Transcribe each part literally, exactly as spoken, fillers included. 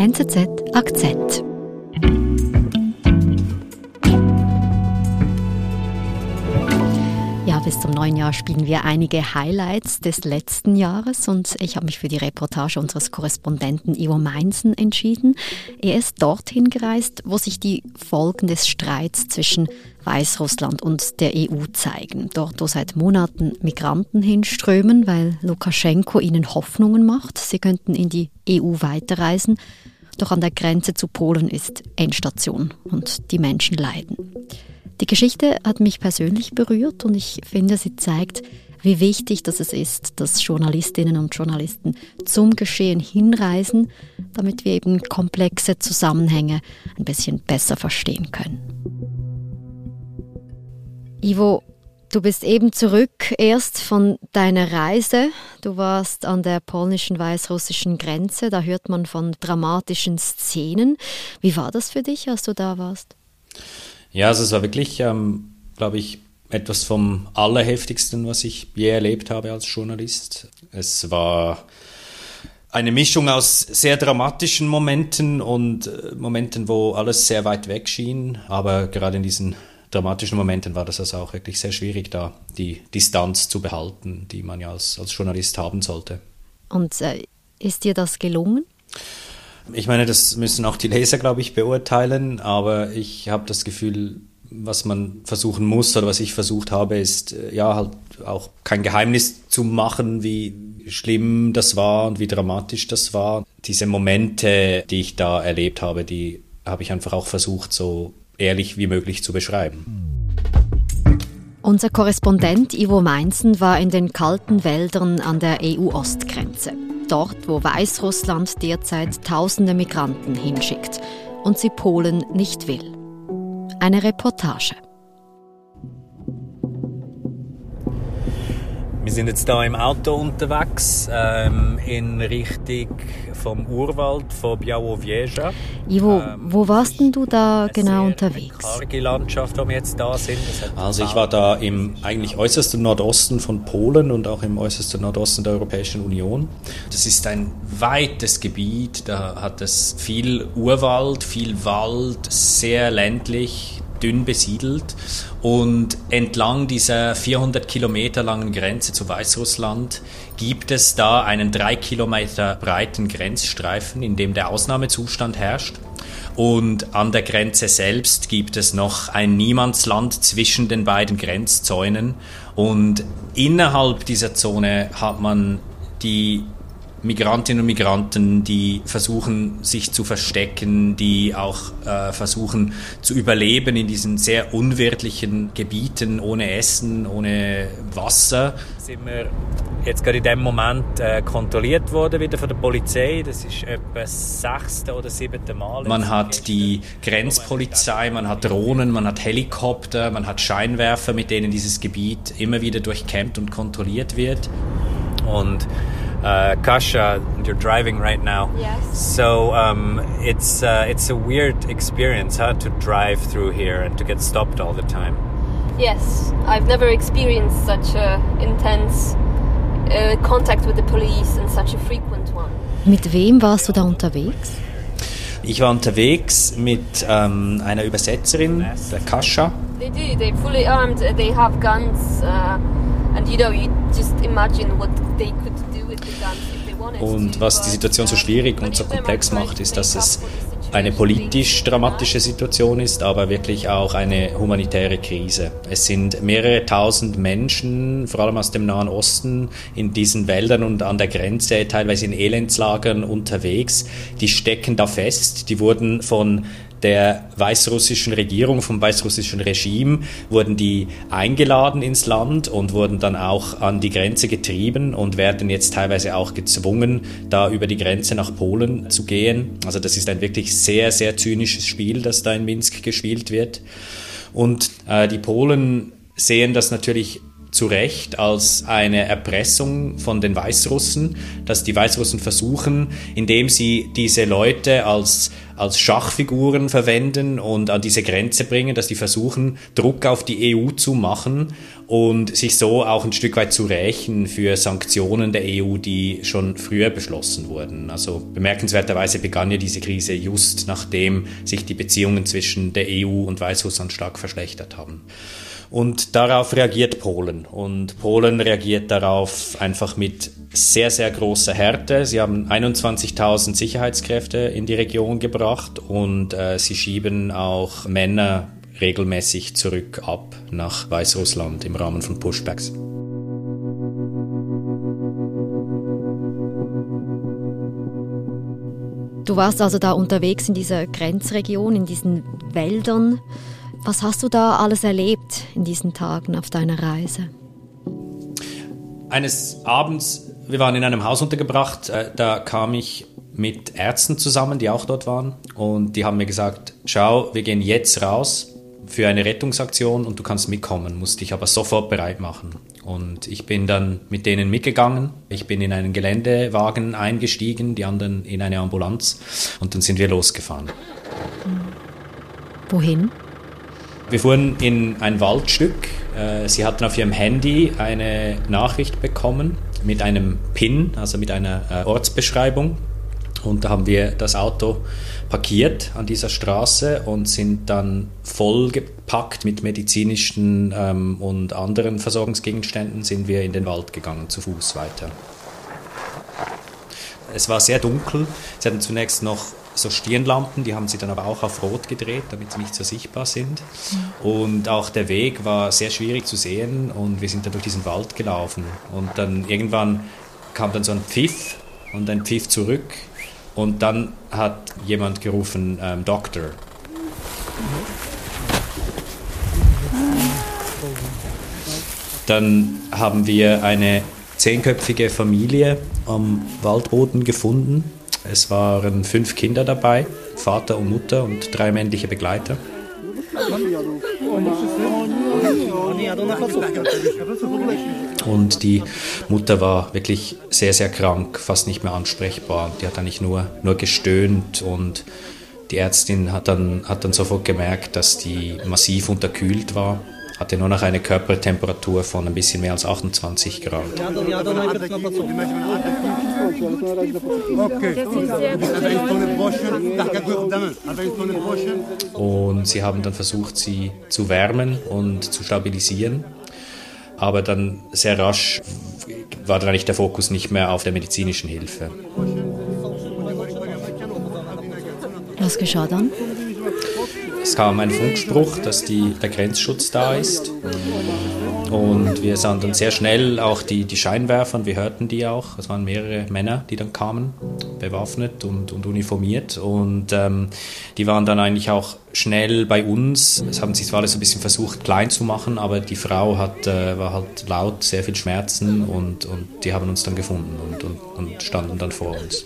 N Z Z Akzent. Ja, bis zum neuen Jahr spielen wir einige Highlights des letzten Jahres und ich habe mich für die Reportage unseres Korrespondenten Ivo Meinsen entschieden. Er ist dorthin gereist, wo sich die Folgen des Streits zwischen Weißrussland und der E U zeigen. Dort, wo seit Monaten Migranten hinströmen, weil Lukaschenko ihnen Hoffnungen macht, sie könnten in die E U weiterreisen. Doch an der Grenze zu Polen ist Endstation und die Menschen leiden. Die Geschichte hat mich persönlich berührt und ich finde, sie zeigt, wie wichtig das es ist, dass Journalistinnen und Journalisten zum Geschehen hinreisen, damit wir eben komplexe Zusammenhänge ein bisschen besser verstehen können. Ivo, du bist eben zurück erst von deiner Reise. Du warst an der polnischen-weißrussischen Grenze, da hört man von dramatischen Szenen. Wie war das für dich, als du da warst? Ja, also es war wirklich, ähm, glaube ich, etwas vom Allerheftigsten, was ich je erlebt habe als Journalist. Es war eine Mischung aus sehr dramatischen Momenten und äh, Momenten, wo alles sehr weit weg schien. Aber gerade in diesen dramatischen Momenten war das also auch wirklich sehr schwierig, da die Distanz zu behalten, die man ja als, als Journalist haben sollte. Und äh, ist dir das gelungen? Ich meine, das müssen auch die Leser, glaube ich, beurteilen, aber ich habe das Gefühl, was man versuchen muss oder was ich versucht habe, ist ja halt auch kein Geheimnis zu machen, wie schlimm das war und wie dramatisch das war. Diese Momente, die ich da erlebt habe, die habe ich einfach auch versucht, so ehrlich wie möglich zu beschreiben. Unser Korrespondent Ivo Meinsen war in den kalten Wäldern an der E U-Ostgrenze. Dort, wo Weißrussland derzeit tausende Migranten hinschickt und sie Polen nicht will. Eine Reportage. Wir sind jetzt hier im Auto unterwegs, ähm, in Richtung vom Urwald von Białowieża. Ivo, ähm, wo warst denn du da genau eine unterwegs? Karge Landschaft, wo wir jetzt da sind. Also ich war da im eigentlich äußersten Nordosten von Polen und auch im äußersten Nordosten der Europäischen Union. Das ist ein weites Gebiet, da hat es viel Urwald, viel Wald, sehr ländlich, dünn besiedelt und entlang dieser vierhundert Kilometer langen Grenze zu Weißrussland gibt es da einen drei Kilometer breiten Grenzstreifen, in dem der Ausnahmezustand herrscht. Und an der Grenze selbst gibt es noch ein Niemandsland zwischen den beiden Grenzzäunen und innerhalb dieser Zone hat man die Migrantinnen und Migranten, die versuchen, sich zu verstecken, die auch äh, versuchen zu überleben in diesen sehr unwirtlichen Gebieten, ohne Essen, ohne Wasser. Sind wir jetzt gerade in dem Moment äh, kontrolliert worden wieder von der Polizei. Das ist etwa das sechste oder siebte Mal. Man hat die Grenzpolizei, man hat Drohnen, man hat Helikopter, man hat Scheinwerfer, mit denen dieses Gebiet immer wieder durchkämmt und kontrolliert wird. Und Uh, Kasia, you're driving right now. Yes. So um, it's uh, it's a weird experience, huh, to drive through here and to get stopped all the time. Yes, I've never experienced such a intense uh, contact with the police and such a frequent one. Mit wem warst du da unterwegs? Ich war unterwegs mit ähm, einer Übersetzerin, der Kasia. They do. They're fully armed. They have guns, uh, and you know, you just imagine what they could do with the guns if they wanted to. Und was die Situation so schwierig und so komplex macht, ist, dass es eine politisch dramatische Situation ist, aber wirklich auch eine humanitäre Krise. Es sind mehrere tausend Menschen, vor allem aus dem Nahen Osten, in diesen Wäldern und an der Grenze, teilweise in Elendslagern unterwegs. Die stecken da fest. Die wurden von der weißrussischen Regierung, vom weißrussischen Regime, wurden die eingeladen ins Land und wurden dann auch an die Grenze getrieben und werden jetzt teilweise auch gezwungen, da über die Grenze nach Polen zu gehen. Also das ist ein wirklich sehr, sehr zynisches Spiel, das da in Minsk gespielt wird. Und äh, die Polen sehen das natürlich zu Recht als eine Erpressung von den Weißrussen, dass die Weißrussen versuchen, indem sie diese Leute als, als Schachfiguren verwenden und an diese Grenze bringen, dass die versuchen, Druck auf die E U zu machen und sich so auch ein Stück weit zu rächen für Sanktionen der E U, die schon früher beschlossen wurden. Also bemerkenswerterweise begann ja diese Krise just nachdem sich die Beziehungen zwischen der E U und Weißrussland stark verschlechtert haben. Und darauf reagiert Polen. Und Polen reagiert darauf einfach mit sehr, sehr großer Härte. Sie haben einundzwanzigtausend Sicherheitskräfte in die Region gebracht und äh, sie schieben auch Männer regelmäßig zurück ab nach Weißrussland im Rahmen von Pushbacks. Du warst also da unterwegs in dieser Grenzregion, in diesen Wäldern. Was hast du da alles erlebt in diesen Tagen auf deiner Reise? Eines Abends, wir waren in einem Haus untergebracht, äh, da kam ich mit Ärzten zusammen, die auch dort waren. Und die haben mir gesagt, schau, wir gehen jetzt raus für eine Rettungsaktion und du kannst mitkommen, musst dich aber sofort bereit machen. Und ich bin dann mit denen mitgegangen. Ich bin in einen Geländewagen eingestiegen, die anderen in eine Ambulanz und dann sind wir losgefahren. Wohin? Wir fuhren in ein Waldstück. Sie hatten auf ihrem Handy eine Nachricht bekommen mit einem Pin, also mit einer Ortsbeschreibung. Und da haben wir das Auto parkiert an dieser Straße und sind dann vollgepackt mit medizinischen ähm, und anderen Versorgungsgegenständen sind wir in den Wald gegangen, zu Fuß weiter. Es war sehr dunkel. Sie hatten zunächst noch so Stirnlampen, die haben sie dann aber auch auf Rot gedreht, damit sie nicht so sichtbar sind. Und auch der Weg war sehr schwierig zu sehen und wir sind dann durch diesen Wald gelaufen. Und dann irgendwann kam dann so ein Pfiff und ein Pfiff zurück und dann hat jemand gerufen, ähm, Doktor. Dann haben wir eine zehnköpfige Familie am Waldboden gefunden. Es waren fünf Kinder dabei, Vater und Mutter und drei männliche Begleiter. Und die Mutter war wirklich sehr, sehr krank, fast nicht mehr ansprechbar. Die hat eigentlich nur, nur gestöhnt und die Ärztin hat dann, hat dann sofort gemerkt, dass die massiv unterkühlt war. Hatte nur noch eine Körpertemperatur von ein bisschen mehr als achtundzwanzig Grad. Und sie haben dann versucht, sie zu wärmen und zu stabilisieren. Aber dann sehr rasch war dann eigentlich der Fokus nicht mehr auf der medizinischen Hilfe. Was geschah dann? Es kam ein Funkspruch, dass die, der Grenzschutz da ist. Und wir sahen dann sehr schnell auch die, die Scheinwerfer und wir hörten die auch. Es waren mehrere Männer, die dann kamen, bewaffnet und, und uniformiert. Und ähm, die waren dann eigentlich auch schnell bei uns. Es haben sich zwar alles ein bisschen versucht, klein zu machen, aber die Frau hat, äh, war halt laut, sehr viel Schmerzen und, und die haben uns dann gefunden und, und, und standen dann vor uns.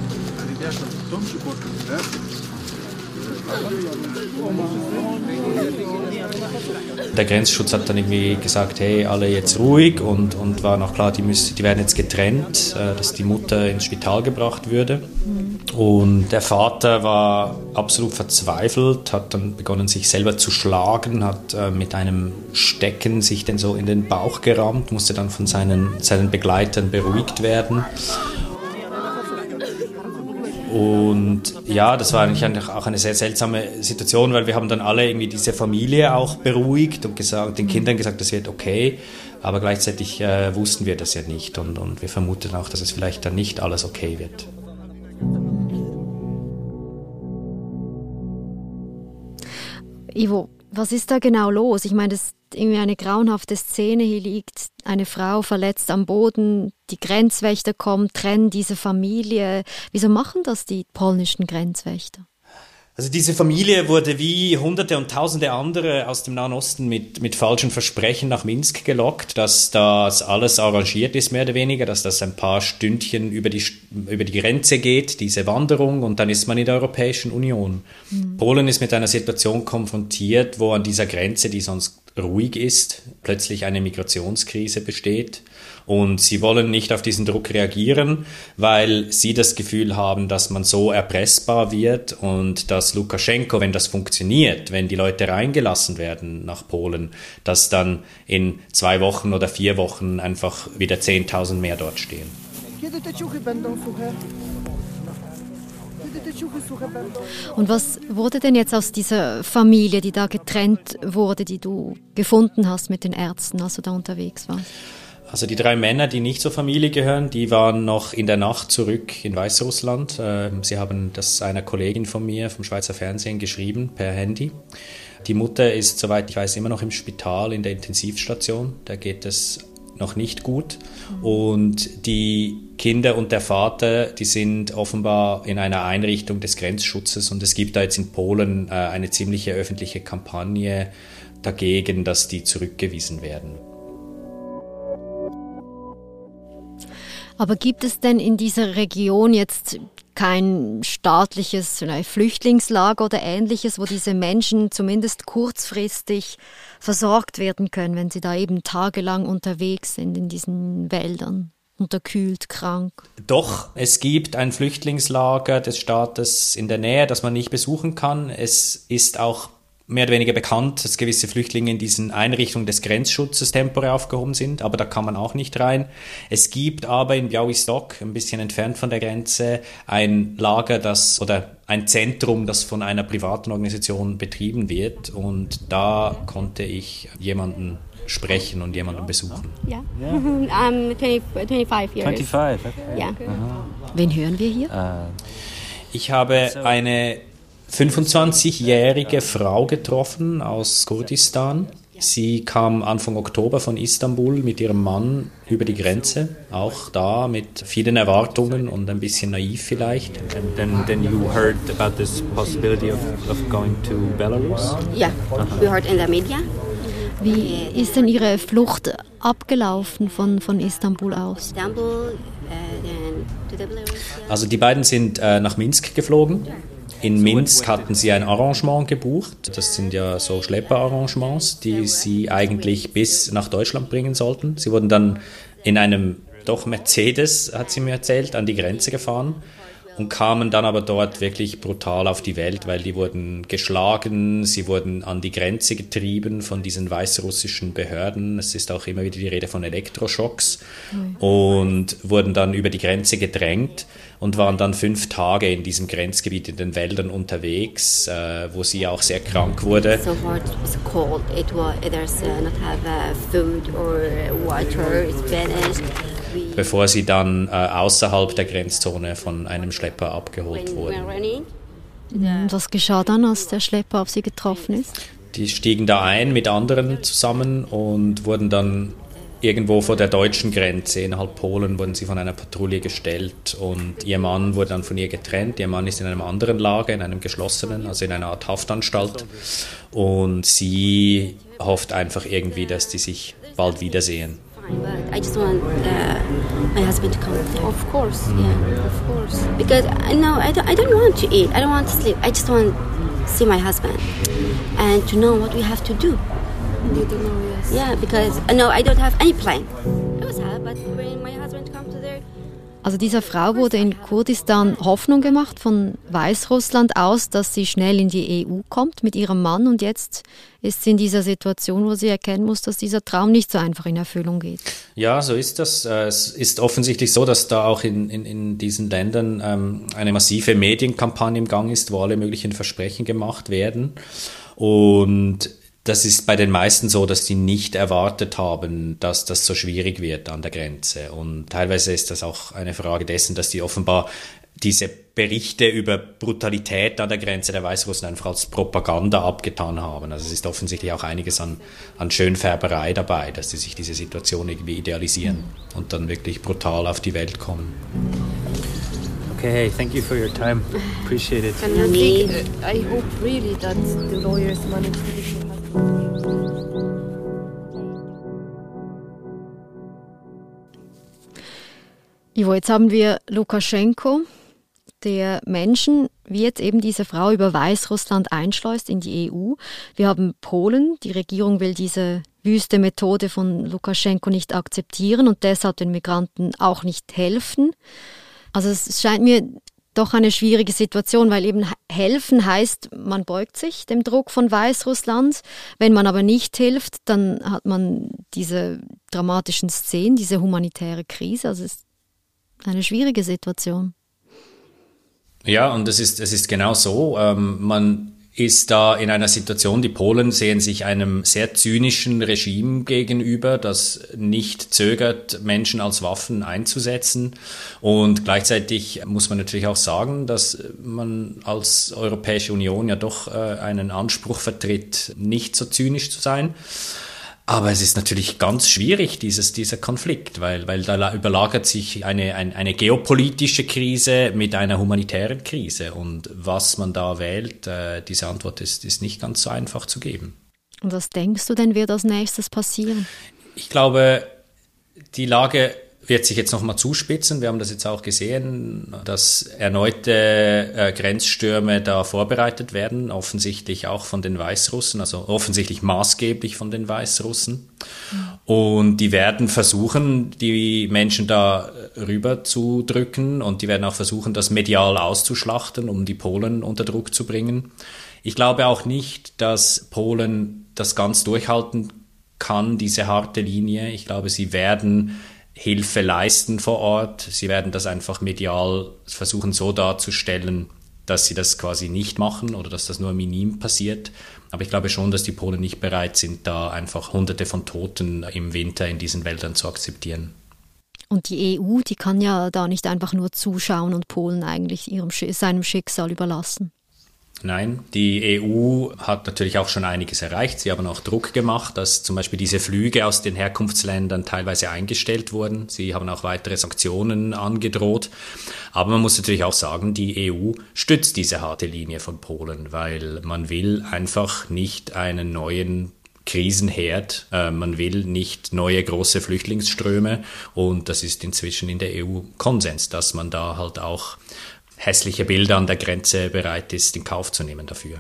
Der Grenzschutz hat dann irgendwie gesagt, hey, alle jetzt ruhig und, und war noch klar, die, müssen, die werden jetzt getrennt, äh, dass die Mutter ins Spital gebracht würde. Mhm. Und der Vater war absolut verzweifelt, hat dann begonnen, sich selber zu schlagen, hat äh, mit einem Stecken sich dann so in den Bauch gerammt, musste dann von seinen, seinen Begleitern beruhigt werden. Und ja, das war eigentlich auch eine sehr seltsame Situation, weil wir haben dann alle irgendwie diese Familie auch beruhigt und gesagt, den Kindern gesagt, das wird okay, aber gleichzeitig äh, wussten wir das ja nicht und, und wir vermuten auch, dass es vielleicht dann nicht alles okay wird. Ivo, was ist da genau los? Ich meine, das ist irgendwie eine grauenhafte Szene. Hier liegt eine Frau verletzt am Boden, die Grenzwächter kommen, trennen diese Familie. Wieso machen das die polnischen Grenzwächter? Also diese Familie wurde wie Hunderte und Tausende andere aus dem Nahen Osten mit, mit falschen Versprechen nach Minsk gelockt, dass das alles arrangiert ist, mehr oder weniger, dass das ein paar Stündchen über die, über die Grenze geht, diese Wanderung, und dann ist man in der Europäischen Union. Mhm. Polen ist mit einer Situation konfrontiert, wo an dieser Grenze, die sonst ruhig ist, plötzlich eine Migrationskrise besteht. Und sie wollen nicht auf diesen Druck reagieren, weil sie das Gefühl haben, dass man so erpressbar wird und dass Lukaschenko, wenn das funktioniert, wenn die Leute reingelassen werden nach Polen, dass dann in zwei Wochen oder vier Wochen einfach wieder zehntausend mehr dort stehen. Und was wurde denn jetzt aus dieser Familie, die da getrennt wurde, die du gefunden hast mit den Ärzten, als du da unterwegs warst? Also die drei Männer, die nicht zur Familie gehören, die waren noch in der Nacht zurück in Weißrussland. Sie haben das einer Kollegin von mir vom Schweizer Fernsehen geschrieben, per Handy. Die Mutter ist, soweit ich weiß, immer noch im Spital in der Intensivstation. Da geht es noch nicht gut. Und die Kinder und der Vater, die sind offenbar in einer Einrichtung des Grenzschutzes. Und es gibt da jetzt in Polen eine ziemliche öffentliche Kampagne dagegen, dass die zurückgewiesen werden. Aber gibt es denn in dieser Region jetzt kein staatliches Flüchtlingslager oder Ähnliches, wo diese Menschen zumindest kurzfristig versorgt werden können, wenn sie da eben tagelang unterwegs sind in diesen Wäldern, unterkühlt, krank? Doch, es gibt ein Flüchtlingslager des Staates in der Nähe, das man nicht besuchen kann. Es ist auch mehr oder weniger bekannt, dass gewisse Flüchtlinge in diesen Einrichtungen des Grenzschutzes temporär aufgehoben sind, aber da kann man auch nicht rein. Es gibt aber in Białystok, ein bisschen entfernt von der Grenze, ein Lager, das oder ein Zentrum, das von einer privaten Organisation betrieben wird, und da konnte ich jemanden sprechen und jemanden besuchen. Ja, yeah. I'm twenty, twenty-five years. twenty-five, okay. Ja. Uh-huh. Wen hören wir hier? Uh, Ich habe eine fünfundzwanzigjährige Frau getroffen aus Kurdistan. Sie kam Anfang Oktober von Istanbul mit ihrem Mann über die Grenze, auch da mit vielen Erwartungen und ein bisschen naiv vielleicht. and then, then you heard about this possibility of, of going to Belarus? Yeah, we heard in the media. Wie ist denn Ihre Flucht abgelaufen von, von Istanbul aus? Istanbul, uh, then to the Belarus. Also die beiden sind äh, nach Minsk geflogen. In Minsk hatten sie ein Arrangement gebucht. Das sind ja so Schlepperarrangements, die sie eigentlich bis nach Deutschland bringen sollten. Sie wurden dann in einem, doch Mercedes, hat sie mir erzählt, an die Grenze gefahren und kamen dann aber dort wirklich brutal auf die Welt, weil die wurden geschlagen, sie wurden an die Grenze getrieben von diesen weißrussischen Behörden. Es ist auch immer wieder die Rede von Elektroschocks, und wurden dann über die Grenze gedrängt und waren dann fünf Tage in diesem Grenzgebiet in den Wäldern unterwegs, äh, wo sie auch sehr krank wurde. So hard, it's cold. It was there's uh, not have uh, food or water. It's vanished. We, Bevor sie dann äh, außerhalb der Grenzzone von einem Schlepper abgeholt when wurden. we're running. Und was geschah dann, als der Schlepper auf Sie getroffen ist? Die stiegen da ein mit anderen zusammen und wurden dann irgendwo vor der deutschen Grenze innerhalb Polen, wurden sie von einer Patrouille gestellt, und ihr Mann wurde dann von ihr getrennt. Ihr Mann ist in einem anderen Lager, in einem geschlossenen, also in einer Art Haftanstalt, und sie hofft einfach irgendwie, dass die sich bald wiedersehen. Fine, but I just want uh, my husband to come there. Of course, Yeah. of course. Because uh, no, I don't, I don't want to eat. I don't want to sleep. I just want to see my husband and to know what we have to do. You don't know, yes. Yeah, because uh, no, I don't have any plan. I was sad, but when my husband comes to there, Also dieser Frau wurde in Kurdistan Hoffnung gemacht von Weißrussland aus, dass sie schnell in die E U kommt mit ihrem Mann, und jetzt ist sie in dieser Situation, wo sie erkennen muss, dass dieser Traum nicht so einfach in Erfüllung geht. Ja, so ist das. Es ist offensichtlich so, dass da auch in, in, in diesen Ländern ähm, eine massive Medienkampagne im Gang ist, wo alle möglichen Versprechen gemacht werden, und das ist bei den meisten so, dass die nicht erwartet haben, dass das so schwierig wird an der Grenze. Und teilweise ist das auch eine Frage dessen, dass die offenbar diese Berichte über Brutalität an der Grenze der Weißrussen einfach als Propaganda abgetan haben. Also es ist offensichtlich auch einiges an, an Schönfärberei dabei, dass die sich diese Situation irgendwie idealisieren und dann wirklich brutal auf die Welt kommen. Okay, hey, thank you for your time. Appreciate it. And I think, uh, I hope really that the lawyers manage to get your husband. Ivo, jetzt haben wir Lukaschenko, der Menschen, wie jetzt eben diese Frau über Weißrussland einschleust in die E U. Wir haben Polen, die Regierung will diese wüste Methode von Lukaschenko nicht akzeptieren und deshalb den Migranten auch nicht helfen. Also es scheint mir doch eine schwierige Situation, weil eben helfen heißt, man beugt sich dem Druck von Weißrussland. Wenn man aber nicht hilft, dann hat man diese dramatischen Szenen, diese humanitäre Krise. Also es ist eine schwierige Situation. Ja, und es ist, es ist genau so. Ähm, man ist da in einer Situation, die Polen sehen sich einem sehr zynischen Regime gegenüber, das nicht zögert, Menschen als Waffen einzusetzen. Und gleichzeitig muss man natürlich auch sagen, dass man als Europäische Union ja doch äh, einen Anspruch vertritt, nicht so zynisch zu sein. Aber es ist natürlich ganz schwierig, dieses, dieser Konflikt, weil, weil da überlagert sich eine, eine, eine geopolitische Krise mit einer humanitären Krise. Und was man da wählt, äh, diese Antwort ist, ist nicht ganz so einfach zu geben. Und was denkst du denn, wird als nächstes passieren? Ich glaube, die Lage wird sich jetzt nochmal zuspitzen. Wir haben das jetzt auch gesehen, dass erneute äh, Grenzstürme da vorbereitet werden, offensichtlich auch von den Weißrussen, also offensichtlich maßgeblich von den Weißrussen. Mhm. Und die werden versuchen, die Menschen da rüber zu drücken und die werden auch versuchen, das medial auszuschlachten, um die Polen unter Druck zu bringen. Ich glaube auch nicht, dass Polen das ganz durchhalten kann, diese harte Linie. Ich glaube, sie werden Hilfe leisten vor Ort. Sie werden das einfach medial versuchen so darzustellen, dass sie das quasi nicht machen oder dass das nur minim passiert. Aber ich glaube schon, dass die Polen nicht bereit sind, da einfach Hunderte von Toten im Winter in diesen Wäldern zu akzeptieren. Und die E U, die kann ja da nicht einfach nur zuschauen und Polen eigentlich ihrem, seinem Schicksal überlassen. Nein, die E U hat natürlich auch schon einiges erreicht. Sie haben auch Druck gemacht, dass zum Beispiel diese Flüge aus den Herkunftsländern teilweise eingestellt wurden. Sie haben auch weitere Sanktionen angedroht. Aber man muss natürlich auch sagen, die E U stützt diese harte Linie von Polen, weil man will einfach nicht einen neuen Krisenherd. Äh, man will nicht neue große Flüchtlingsströme. Und das ist inzwischen in der E U Konsens, dass man da halt auch hässliche Bilder an der Grenze bereit ist, in Kauf zu nehmen dafür.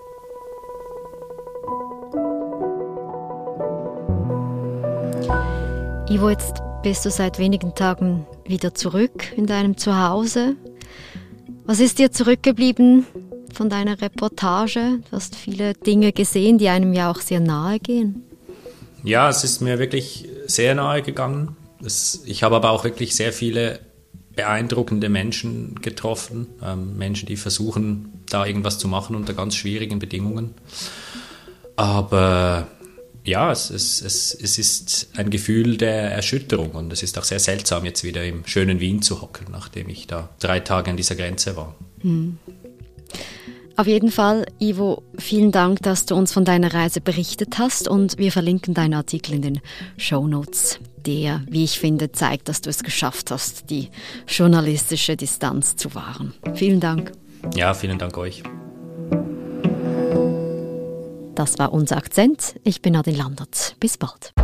Ivo, jetzt bist du seit wenigen Tagen wieder zurück in deinem Zuhause. Was ist dir zurückgeblieben von deiner Reportage? Du hast viele Dinge gesehen, die einem ja auch sehr nahe gehen. Ja, es ist mir wirklich sehr nahe gegangen. Es, ich habe aber auch wirklich sehr viele beeindruckende Menschen getroffen, ähm, Menschen, die versuchen, da irgendwas zu machen unter ganz schwierigen Bedingungen. Aber ja, es, es, es, es ist ein Gefühl der Erschütterung und es ist auch sehr seltsam, jetzt wieder im schönen Wien zu hocken, nachdem ich da drei Tage an dieser Grenze war. Hm. Auf jeden Fall, Ivo, vielen Dank, dass du uns von deiner Reise berichtet hast und wir verlinken deinen Artikel in den Shownotes, der, wie ich finde, zeigt, dass du es geschafft hast, die journalistische Distanz zu wahren. Vielen Dank. Ja, vielen Dank euch. Das war unser Akzent. Ich bin Adin Landert. Bis bald.